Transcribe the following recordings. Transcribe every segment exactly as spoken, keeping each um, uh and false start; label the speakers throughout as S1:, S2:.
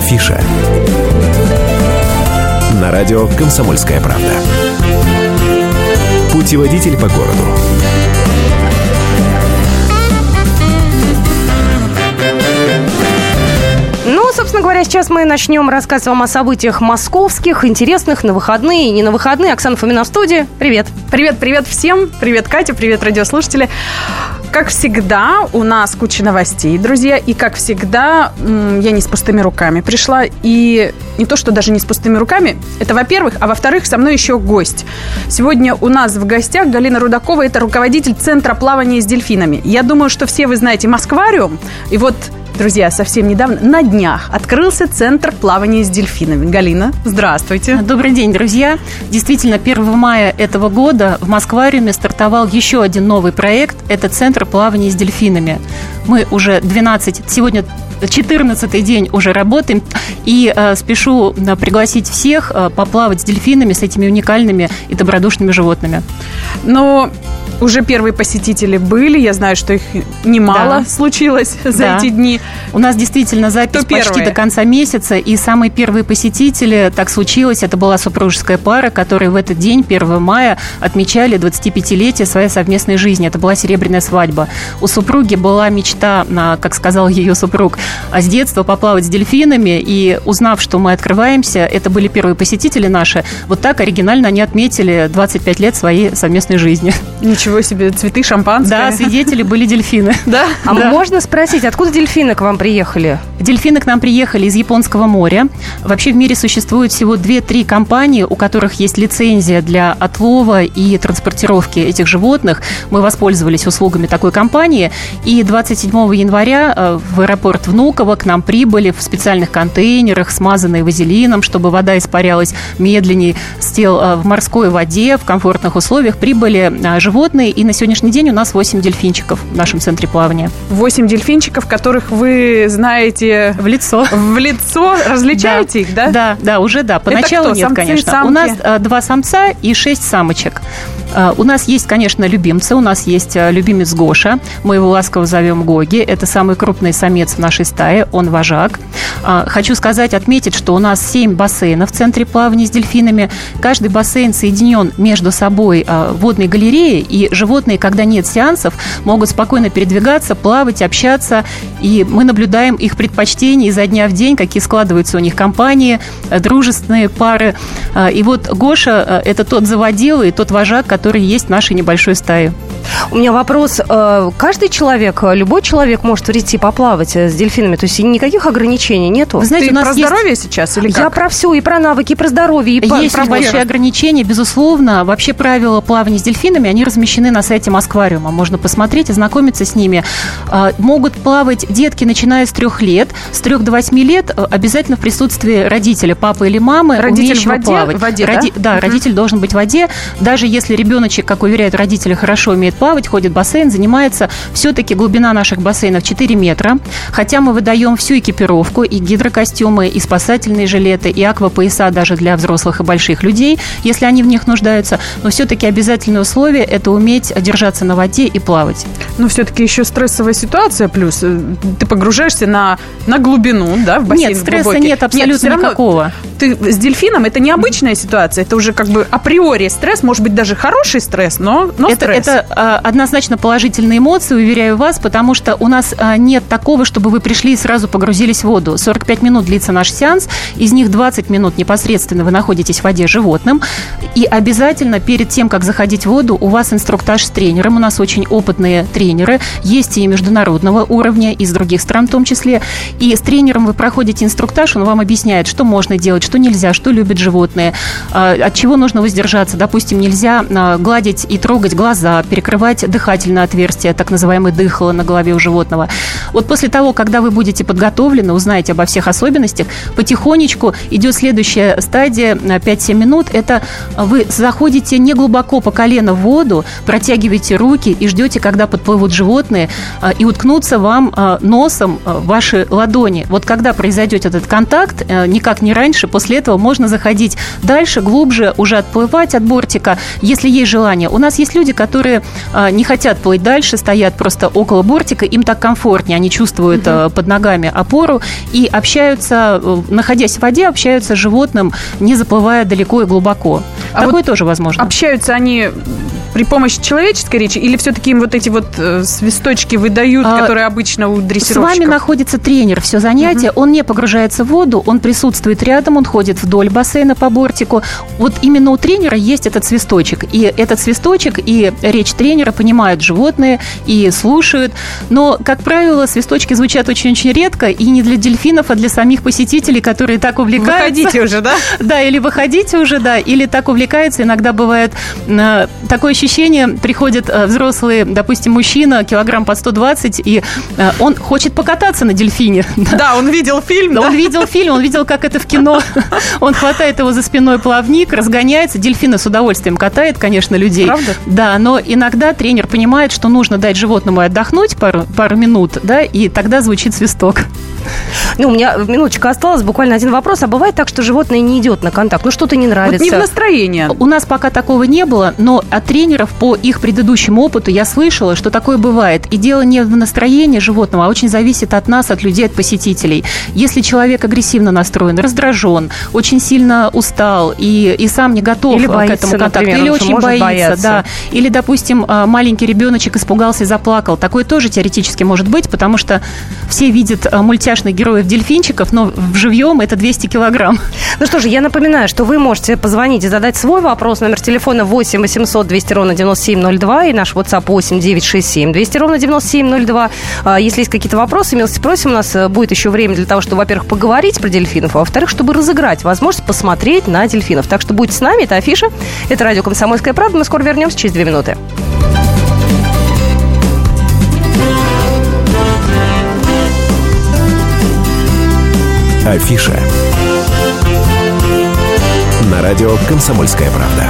S1: Афиша. На радио «Комсомольская правда». Путеводитель по городу.
S2: Ну, собственно говоря, сейчас мы начнем рассказ вам о событиях московских, интересных, на выходные и не на выходные. Оксана Фомина в студии. Привет.
S3: Привет, привет всем. Привет, Катя, привет, радиослушатели. Как всегда, у нас куча новостей, друзья. И, как всегда, я не с пустыми руками пришла. И не то, что даже не с пустыми руками. Это, во-первых. А во-вторых, со мной еще гость. Сегодня у нас в гостях Галина Рудакова. Это руководитель Центра плавания с дельфинами. Я думаю, что все вы знаете Москвариум. И вот... Друзья, совсем недавно, на днях, открылся Центр плавания с дельфинами. Галина, здравствуйте.
S4: Добрый день, друзья. Действительно, первого мая этого года в Москвариуме стартовал еще один новый проект. Это Центр плавания с дельфинами. Мы уже двенадцать, сегодня четырнадцатый день уже работаем. И э, спешу э, пригласить всех э, поплавать с дельфинами, с этими уникальными и добродушными животными.
S3: Но... Уже первые посетители были. Я знаю, что их немало да. случилось за да. эти дни.
S4: У нас действительно запись почти до конца месяца. И самые первые посетители, так случилось, это была супружеская пара, которые в этот день, первого мая, отмечали двадцатипятилетие своей совместной жизни. Это была серебряная свадьба. У супруги была мечта, как сказал ее супруг, с детства поплавать с дельфинами. И узнав, что мы открываемся, это были первые посетители наши, вот так оригинально они отметили двадцать пять лет своей совместной жизни.
S3: Ничего себе, цветы, шампанское.
S4: Да, свидетели были дельфины.
S2: Да? А
S4: да.
S2: можно спросить, откуда дельфины к вам приехали?
S4: Дельфины к нам приехали из Японского моря. Вообще в мире существует всего две-три компании, у которых есть лицензия для отлова и транспортировки этих животных. Мы воспользовались услугами такой компании. И двадцать седьмого января в аэропорт Внуково к нам прибыли в специальных контейнерах, смазанные вазелином, чтобы вода испарялась медленнее с тел в морской воде, в комфортных условиях. Прибыли животные. И на сегодняшний день у нас восемь дельфинчиков в нашем центре плавания.
S3: Восемь дельфинчиков, которых вы знаете...
S4: В лицо.
S3: В лицо. Различаете да. их, да?
S4: Да, да, уже да. Поначалу нет,
S3: самцы,
S4: конечно.
S3: самки?
S4: У нас а, два самца и шесть самочек. А, у нас есть, конечно, любимцы. У нас есть а, любимец Гоша. Мы его ласково зовем Гоги. Это самый крупный самец в нашей стае. Он вожак. А, хочу сказать, отметить, что у нас семь бассейнов в центре плавания с дельфинами. Каждый бассейн соединен между собой а, водной галереей. И животные, когда нет сеансов, могут спокойно передвигаться, плавать, общаться. И мы наблюдаем их предпочтения изо дня в день, какие складываются у них компании, дружественные пары. И вот Гоша – это тот заводила и тот вожак, который есть в нашей небольшой стае.
S2: У меня вопрос. Каждый человек, любой человек может прийти поплавать с дельфинами? То есть никаких ограничений нету?
S3: Вы знаете, Ты у нас про есть... здоровье сейчас или как?
S2: Я про все, и про навыки, и про здоровье, и
S4: есть
S2: про...
S4: большие ограничения, безусловно. Вообще правила плавания с дельфинами, они размещены на сайте Москвариума. Можно посмотреть, ознакомиться с ними. Могут плавать детки, начиная с трех лет. С трех до восьми лет обязательно в присутствии родителя, папы или мамы,
S3: родитель
S4: умеющего
S3: в воде,
S4: плавать.
S3: В воде,
S4: Роди...
S3: да,
S4: да
S3: угу.
S4: родитель должен быть в воде. Даже если ребеночек, как уверяют родители, хорошо умеет плавать, ходит в бассейн, занимается, все-таки глубина наших бассейнов четыре метра. Хотя мы выдаем всю экипировку, и гидрокостюмы, и спасательные жилеты, и аквапояса даже для взрослых и больших людей, если они в них нуждаются. Но все-таки обязательное условие – это уметь держаться на воде и плавать.
S3: Но все-таки еще стрессовая ситуация, плюс ты погружаешься на, на глубину, да, в бассейн.
S4: Нет, стресса
S3: глубокий.
S4: нет абсолютно нет, никакого.
S3: Ты с дельфином, это необычная ситуация, это уже как бы априори стресс, может быть, даже хороший стресс, но, но
S4: это,
S3: стресс.
S4: Это а, однозначно положительные эмоции, уверяю вас, потому что у нас а, нет такого, чтобы вы пришли и сразу погрузились в воду. сорок пять минут длится наш сеанс, из них двадцать минут непосредственно вы находитесь в воде животным, и обязательно перед тем, как заходить в воду, у вас инструктаж с тренером, у нас очень опытные тренеры, есть и международного уровня, из других стран в том числе, и с тренером вы проходите инструктаж, он вам объясняет, что можно делать, что нельзя, что любят животные, от чего нужно воздержаться. Допустим, нельзя гладить и трогать глаза, перекрывать дыхательное отверстие, так называемое дыхало на голове у животного. Вот после того, когда вы будете подготовлены, узнаете обо всех особенностях, потихонечку идет следующая стадия, пять-семь минут, это вы заходите не глубоко по колено в воду, протягиваете руки и ждете, когда подплывут животные, и уткнутся вам носом в ваши ладони. Вот когда произойдет этот контакт, никак не раньше, после этого можно заходить дальше, глубже, уже отплывать от бортика, если есть желание. У нас есть люди, которые не хотят плыть дальше, стоят просто около бортика, им так комфортнее, они чувствуют угу. под ногами опору и общаются, находясь в воде, общаются с животным, не заплывая далеко и глубоко. А Такое вот тоже возможно.
S3: Общаются они при помощи человеческой речи или все-таки им вот эти вот э, свисточки выдают, а, которые обычно у дрессировщиков?
S4: С вами находится тренер все занятие, угу. он не погружается в воду, он присутствует рядом, он ходит вдоль бассейна по бортику. Вот именно у тренера есть этот свисточек. И этот свисточек и речь тренера понимают животные и слушают. Но, как правило, свисточки звучат очень-очень редко, и не для дельфинов, а для самих посетителей, которые так увлекаются.
S3: Выходите уже, да?
S4: Да, или выходите уже, да, или так увлекаются. Иногда бывает э, такое ощущение, ощущение, приходит э, взрослый, допустим, мужчина, килограмм под сто двадцать, и э, он хочет покататься на дельфине.
S3: Да, он видел фильм,
S4: да?
S3: да?
S4: Он видел фильм, он видел, как это в кино. Он хватает его за спиной плавник, разгоняется. Дельфины с удовольствием катает, конечно, людей.
S3: Правда?
S4: Да, но иногда тренер понимает, что нужно дать животному отдохнуть пару, пару минут, да, и тогда звучит свисток.
S2: Ну, у меня минуточка осталась, буквально один вопрос. А бывает так, что животное не идет на контакт? Ну, что-то не нравится?
S3: Вот не в настроении.
S4: У нас пока такого не было, но от тренеров по их предыдущему опыту я слышала, что такое бывает. И дело не в настроении животного, а очень зависит от нас, от людей, от посетителей. Если человек агрессивно настроен, раздражен, очень сильно устал и, и сам не готов
S2: или
S4: к
S2: боится,
S4: этому контакту,
S2: например,
S4: или очень боится,
S2: бояться.
S4: да, или, допустим, маленький ребеночек испугался и заплакал. Такое тоже теоретически может быть, потому что все видят мультяшных героев-дельфинчиков, но в живьем это двести килограмм.
S2: Ну что же, я напоминаю, что вы можете позвонить и задать свой вопрос. Номер телефона восемь восемьсот двести ровно девяносто семь ноль два и наш WhatsApp восемь девятьсот шестьдесят семь двести ровно девяносто семь ноль два. Если есть какие-то вопросы, милости просим. У нас будет еще время для того, чтобы, во-первых, поговорить про дельфинов, а во-вторых, чтобы разыграть возможность посмотреть на дельфинов. Так что будьте с нами, это Афиша, это радио «Комсомольская правда». Мы скоро вернемся через две минуты.
S1: Афиша. На радио «Комсомольская правда».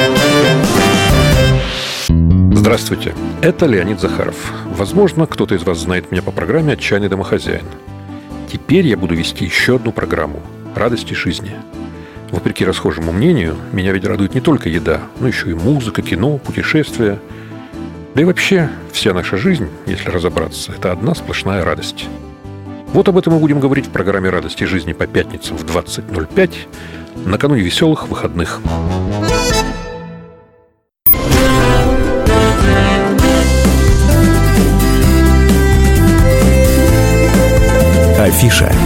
S5: Здравствуйте, это Леонид Захаров. Возможно, кто-то из вас знает меня по программе «Отчаянный домохозяин». Теперь я буду вести еще одну программу «Радости жизни». Вопреки расхожему мнению, меня ведь радует не только еда, но еще и музыка, кино, путешествия. Да и вообще, вся наша жизнь, если разобраться, это одна сплошная радость. Вот об этом мы будем говорить в программе «Радости жизни» по пятницам в двадцать ноль пять, накануне веселых выходных.
S1: Афиша.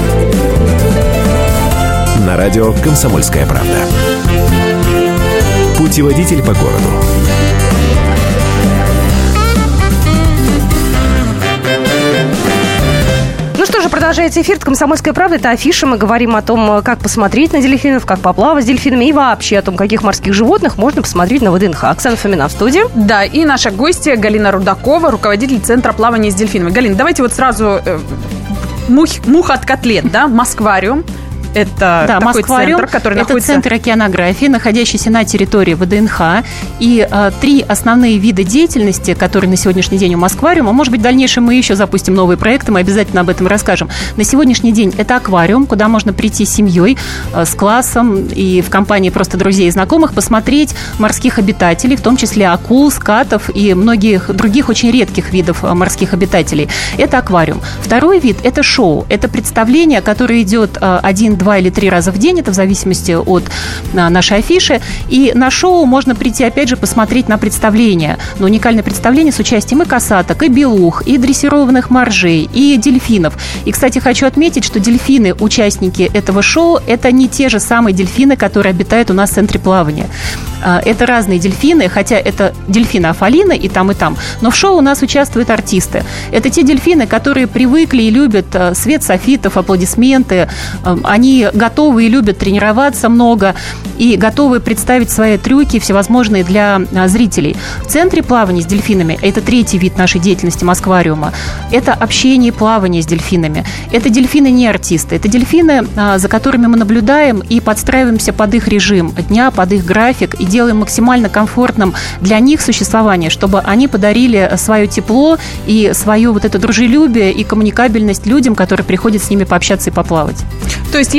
S1: На радио «Комсомольская правда». Путеводитель по городу.
S2: Ну что же, продолжается эфир «Комсомольская правда». Это Афиша. Мы говорим о том, как посмотреть на дельфинов, как поплавать с дельфинами и вообще о том, каких морских животных можно посмотреть на ВДНХ. Оксана Фомина в студии.
S3: Да, и наша гостья Галина Рудакова, руководитель Центра плавания с дельфинами. Галина, давайте вот сразу э, мух, муха от котлет, да, Москвариум. Это
S4: да,
S3: такой
S4: Москвариум,
S3: центр, который
S4: это
S3: находится...
S4: центр океанографии, находящийся на территории ВДНХ. И а, три основные вида деятельности, которые на сегодняшний день у Москвариума, может быть, в дальнейшем мы еще запустим новые проекты, мы обязательно об этом расскажем. На сегодняшний день это аквариум, куда можно прийти с семьей, а, с классом и в компании просто друзей и знакомых, посмотреть морских обитателей, в том числе акул, скатов и многих других очень редких видов а, морских обитателей. Это аквариум. Второй вид – это шоу. Это представление, которое идет а, один два или три раза в день, это в зависимости от а, нашей афиши. И на шоу можно прийти, опять же, посмотреть на представление. Но уникальное представление с участием и косаток, и белух, и дрессированных моржей, и дельфинов. И, кстати, хочу отметить, что дельфины, участники этого шоу, это не те же самые дельфины, которые обитают у нас в центре плавания. Это разные дельфины, хотя это дельфины Афалины и там, и там. Но в шоу у нас участвуют артисты. Это те дельфины, которые привыкли и любят свет софитов, аплодисменты. Они готовы и любят тренироваться много и готовы представить свои трюки всевозможные для зрителей. В центре плавания с дельфинами, это третий вид нашей деятельности Москвариума, это общение и плавание с дельфинами. Это дельфины не артисты, это дельфины, за которыми мы наблюдаем и подстраиваемся под их режим дня, под их график и делаем максимально комфортным для них существование, чтобы они подарили свое тепло и свое вот это дружелюбие и коммуникабельность людям, которые приходят с ними пообщаться и поплавать.
S3: То есть,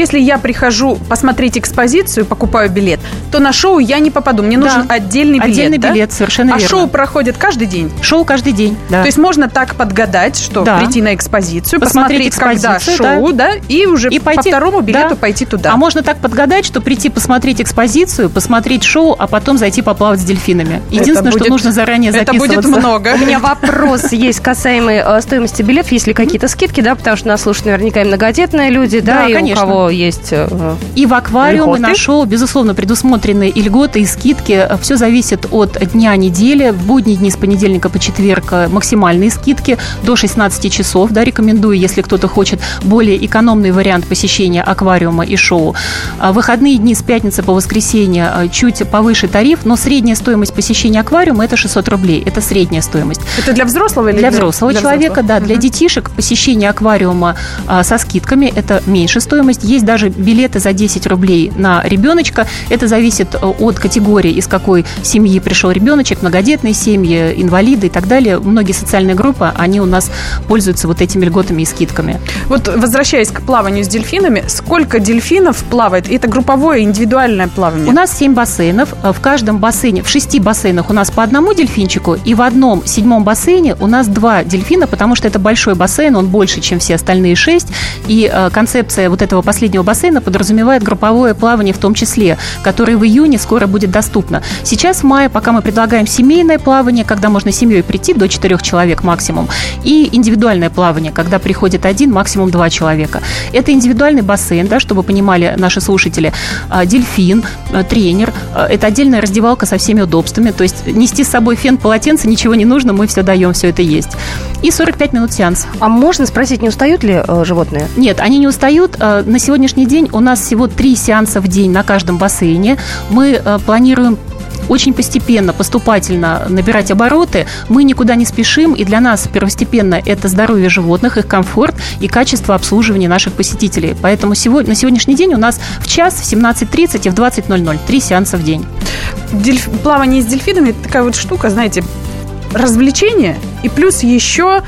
S3: если я прихожу посмотреть экспозицию, покупаю билет, то на шоу я не попаду. Мне нужен
S4: да.
S3: отдельный билет.
S4: Отдельный
S3: да?
S4: билет, совершенно
S3: а
S4: верно.
S3: А шоу проходит каждый день?
S4: Шоу каждый день, да.
S3: То есть можно так подгадать, что да. прийти на экспозицию, посмотреть, посмотреть когда шоу, да. да, и уже и пойти, по второму билету да. пойти туда.
S4: А можно так подгадать, что прийти посмотреть экспозицию, посмотреть шоу, а потом зайти поплавать с дельфинами. Единственное, будет, что нужно заранее записываться.
S3: Это будет много.
S2: У меня вопрос есть касаемый э, стоимости билетов. Есть ли какие-то скидки, да, потому что нас слушают наверняка и многодетные люди, да, да и конечно. У кого есть э,
S4: И в аквариум, и на шоу, безусловно, предусмотрены и льготы, и скидки. Все зависит от дня недели. В будние дни с понедельника по четверг максимальные скидки до шестнадцати часов. Да, рекомендую, если кто-то хочет более экономный вариант посещения аквариума и шоу. В выходные дни с пятницы по воскресенье чуть повыше тариф, но средняя стоимость посещения аквариума – это шестьсот рублей. Это средняя стоимость.
S3: Это для взрослого или
S4: для,
S3: для
S4: взрослого для человека? Взрослого? Да, угу. Для детишек посещение аквариума а, со скидками – это меньше стоимость. Есть даже билеты за десять рублей на ребеночка. Это зависит от категории, из какой семьи пришел ребеночек, многодетные семьи, инвалиды и так далее. Многие социальные группы, они у нас пользуются вот этими льготами и скидками.
S3: Вот возвращаясь к плаванию с дельфинами, сколько дельфинов плавает? И это групповое, индивидуальное плавание?
S4: У нас семь бассейнов. В каждом бассейне, в шести бассейнах у нас по одному дельфинчику, и в одном седьмом бассейне у нас два дельфина, потому что это большой бассейн, он больше, чем все остальные шесть, и э, концепция вот этого последнего бассейна подразумевает групповое плавание в том числе, которое в июне скоро будет доступно. Сейчас в мае пока мы предлагаем семейное плавание, когда можно семьей прийти до четырех человек максимум, и индивидуальное плавание, когда приходит один, максимум два человека. Это индивидуальный бассейн, да, чтобы понимали наши слушатели, дельфин, тренер, это отдельная раздевалка со всеми удобствами, то есть нести с собой фен, полотенце, ничего не нужно, мы все даем, все это есть. И сорок пять минут сеанс.
S2: А можно спросить, не устают ли э, животные?
S4: Нет, они не устают. Э, на сегодняшний день у нас всего три сеанса в день на каждом бассейне. Мы э, планируем очень постепенно, поступательно набирать обороты. Мы никуда не спешим, и для нас первостепенно это здоровье животных, их комфорт и качество обслуживания наших посетителей. Поэтому сегодня, на сегодняшний день у нас в час, в семнадцать тридцать и в двадцать ноль ноль три сеанса в день.
S3: Дельф... Плавание с дельфинами – это такая вот штука, знаете, развлечение, и плюс еще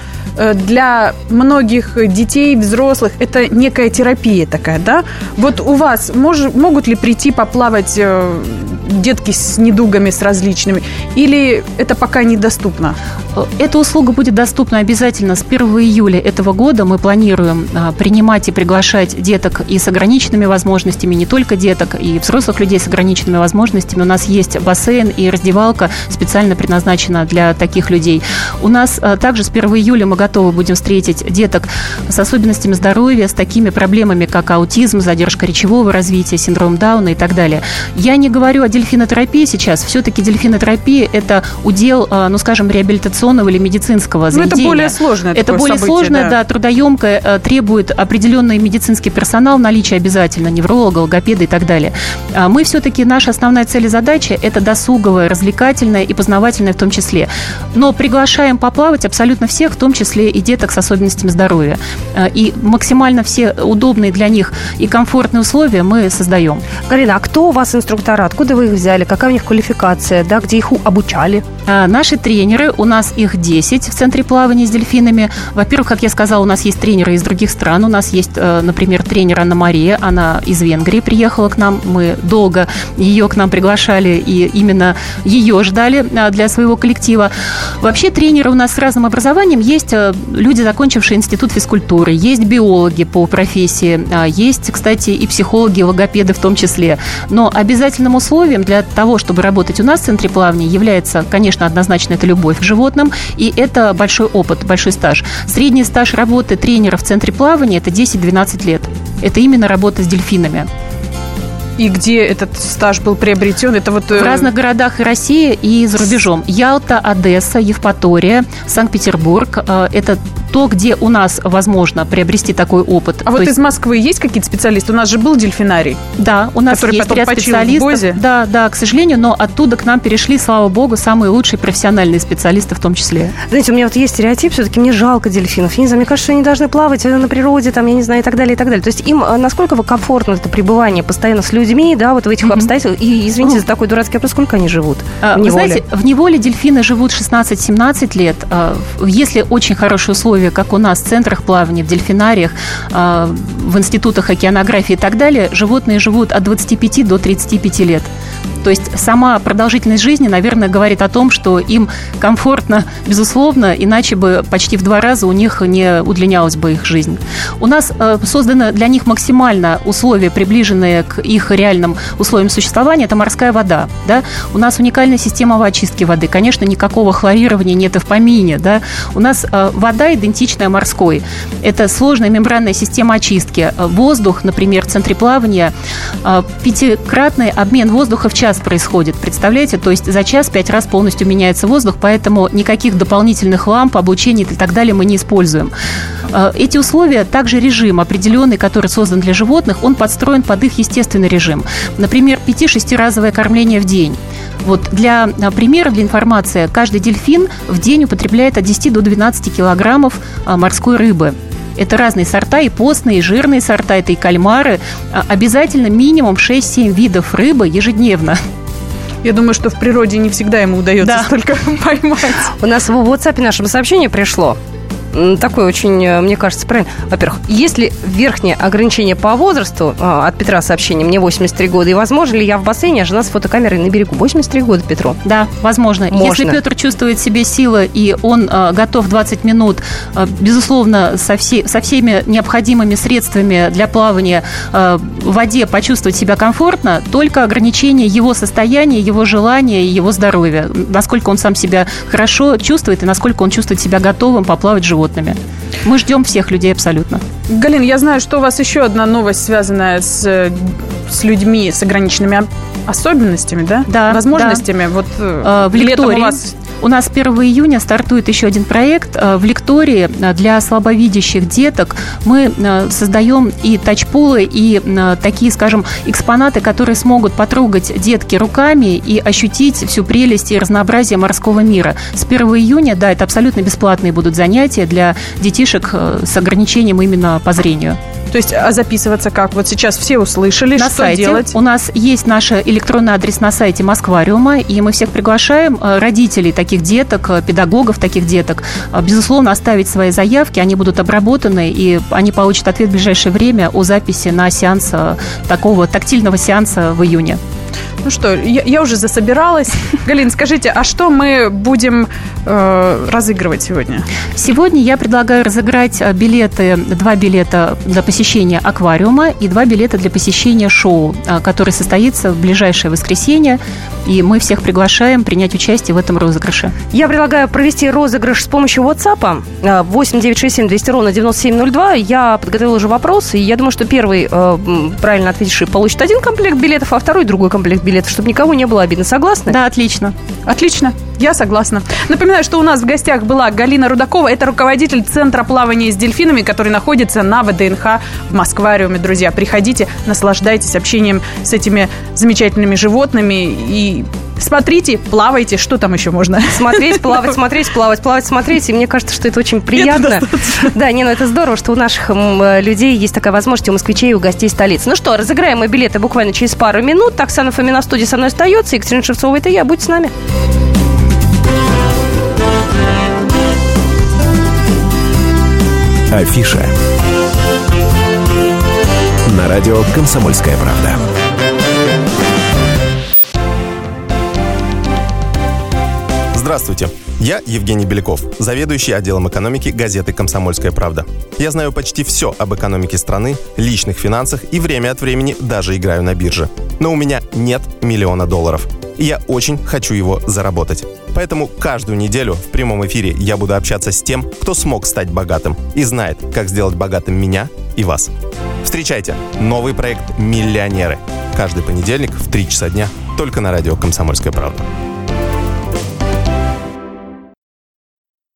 S3: для многих детей, взрослых, это некая терапия такая, да? Вот у вас мож, могут ли прийти поплавать детки с недугами, с различными, или это пока недоступно?
S4: Эта услуга будет доступна обязательно с первого июля этого года. Мы планируем принимать и приглашать деток и с ограниченными возможностями, не только деток, и взрослых людей с ограниченными возможностями. У нас есть бассейн и раздевалка, специально предназначена для таких людей. У нас также с первого июля мы готовы будем встретить деток с особенностями здоровья, с такими проблемами, как аутизм, задержка речевого развития, синдром Дауна и так далее. Я не говорю о дельфинотерапии сейчас. Все-таки дельфинотерапия – это удел, ну, скажем, реабилитационного или медицинского заведения.
S3: Но это более сложное
S4: Это более
S3: событие,
S4: сложное, да.
S3: да,
S4: трудоемкое, требует определенный медицинский персонал, наличие обязательно невролога, логопеда и так далее. Мы все-таки, наша основная цель и задача – это досуговая, развлекательная и познавательная в том числе. Но приглашаем поплавать абсолютно всех, в том числе и деток с особенностями здоровья. И максимально все удобные для них и комфортные условия мы создаем.
S2: Галина, а кто у вас инструктора? Откуда вы их взяли? Какая у них квалификация? Да, где их обучали?
S4: А, наши тренеры, у нас их десять в Центре плавания с дельфинами. Во-первых, как я сказала, у нас есть тренеры из других стран. У нас есть, например, тренер Анна Мария. Она из Венгрии приехала к нам. Мы долго ее к нам приглашали и именно ее ждали для своего коллектива. Вообще тренеры у нас с разным образованием. Есть люди, закончившие институт физкультуры, есть биологи по профессии, есть, кстати, и психологи, и логопеды в том числе. Но обязательным условием для того, чтобы работать у нас в Центре плавания, является, конечно, однозначно это любовь к животным, и это большой опыт, большой стаж. Средний стаж работы тренера в Центре плавания – это десять-двенадцать лет. Это именно работа с дельфинами.
S3: И где этот стаж был приобретен? Это вот...
S4: В разных городах и России, и за рубежом. Ялта, Одесса, Евпатория, Санкт-Петербург. Это то, где у нас возможно приобрести такой опыт.
S3: А то вот есть... из Москвы есть какие-то специалисты? У нас же был дельфинарий.
S4: Да, у нас есть ряд специалистов. Да, да, к сожалению, но оттуда к нам перешли, слава богу, самые лучшие профессиональные специалисты в том числе.
S2: Знаете, у меня вот есть стереотип, все-таки мне жалко дельфинов. Я не знаю, мне кажется, что они должны плавать на природе, там, я не знаю, и так далее, и так далее. То есть им насколько комфортно это пребывание постоянно с людьми, да, вот в этих mm-hmm. обстоятельствах. И, извините mm-hmm. за такой дурацкий вопрос, сколько они живут
S4: а, в неволе? Вы знаете, в неволе дельфины живут шестнадцать-семнадцать лет. Если очень хорошие условия условия, как у нас в центрах плавания, в дельфинариях, в институтах океанографии и так далее, животные живут от двадцати пяти до тридцати пяти лет. То есть сама продолжительность жизни, наверное, говорит о том, что им комфортно, безусловно, иначе бы почти в два раза у них не удлинялась бы их жизнь. У нас э, создано для них максимально условия, приближенные к их реальным условиям существования, это морская вода. Да? У нас уникальная система очистки воды. Конечно, никакого хлорирования нет и в помине. Да? У нас э, вода идентичная морской. Это сложная мембранная система очистки. Воздух, например, в центре плавания, э, пятикратный обмен воздуха в час происходит, представляете? То есть за час пять раз полностью меняется воздух, поэтому никаких дополнительных ламп, облучений и так далее мы не используем. Эти условия, также режим определенный, который создан для животных, он подстроен под их естественный режим. Например, пяти-шестиразовое кормление в день. Вот для примера, для информации, каждый дельфин в день употребляет от десяти до двенадцати килограммов морской рыбы. Это разные сорта, и постные, и жирные сорта, это и кальмары. Обязательно минимум шесть-семь видов рыбы ежедневно.
S3: Я думаю, что в природе не всегда ему удается
S2: да.
S3: столько поймать.
S2: У нас в WhatsApp нашем сообщение пришло. Такое очень, мне кажется, правильно. Во-первых, есть ли верхнее ограничение по возрасту? От Петра сообщение, мне восемьдесят три года. И возможно ли я в бассейне, а жена с фотокамерой на берегу? восемьдесят три года, Петру?
S4: Да, возможно.
S2: Можно.
S4: Если Петр чувствует в себе силы, и он э, готов двадцать минут, э, безусловно, со, все, со всеми необходимыми средствами для плавания э, в воде почувствовать себя комфортно, только ограничение его состояния, его желания и его здоровья. Насколько он сам себя хорошо чувствует и насколько он чувствует себя готовым поплавать с животными. Мы ждем всех людей абсолютно.
S3: Галин, я знаю, что у вас еще одна новость, связанная с, с людьми с ограниченными особенностями, да?
S4: Да.
S3: Возможностями.
S4: Да.
S3: Вот
S4: в Лектории. У вас... У нас первого июня стартует еще один проект. В Лектории для слабовидящих деток мы создаем и тачпулы, и такие, скажем, экспонаты, которые смогут потрогать детки руками и ощутить всю прелесть и разнообразие морского мира. С первого июня, да, это абсолютно бесплатные будут занятия для детишек с ограничением именно по зрению.
S3: То есть, а записываться как? Вот сейчас все услышали,
S4: на
S3: что
S4: сайте.
S3: делать?
S4: У нас есть наш электронный адрес на сайте Москвариума, и мы всех приглашаем, родителей таких деток, педагогов таких деток, безусловно, оставить свои заявки, они будут обработаны, и они получат ответ в ближайшее время о записи на сеанс, такого тактильного сеанса в июне.
S3: Ну что, я, я уже засобиралась. Галин, скажите, а что мы будем э, разыгрывать сегодня?
S4: Сегодня я предлагаю разыграть билеты, два билета для посещения аквариума и два билета для посещения шоу, которое состоится в ближайшее воскресенье. И мы всех приглашаем принять участие в этом розыгрыше.
S2: Я предлагаю провести розыгрыш с помощью WhatsApp. восемь девятьсот шестьдесят семь двести ровно девяносто семь ноль два. Я подготовила уже вопрос, и я думаю, что первый э, правильно ответивший получит один комплект билетов, а второй другой комплект билетов, чтобы никому не было обидно. Согласны?
S4: Да, отлично.
S3: Отлично. Я согласна. Напоминаю, что у нас в гостях была Галина Рудакова. Это руководитель Центра плавания с дельфинами, который находится на ВДНХ в Москвариуме. Друзья, приходите, наслаждайтесь общением с этими замечательными животными и смотрите, плавайте. Что там еще можно?
S2: Смотреть, плавать, смотреть, плавать, плавать, смотреть. И мне кажется, что это очень приятно. Да, не, ну это здорово, что у наших людей есть такая возможность, у москвичей и у гостей столицы. Ну что, разыграем мы билеты буквально через пару минут. Оксана Фомина в студии со мной остается. Екатерина Шевцова, это я. Будьте с нами.
S1: Афиша. На радио «Комсомольская правда».
S6: Здравствуйте, я Евгений Беляков, заведующий отделом экономики газеты «Комсомольская правда». Я знаю почти все об экономике страны, личных финансах и время от времени даже играю на бирже. Но у меня нет миллиона долларов, и я очень хочу его заработать. Поэтому каждую неделю в прямом эфире я буду общаться с тем, кто смог стать богатым и знает, как сделать богатым меня и вас. Встречайте новый проект «Миллионеры». Каждый понедельник в три часа дня только на радио «Комсомольская правда».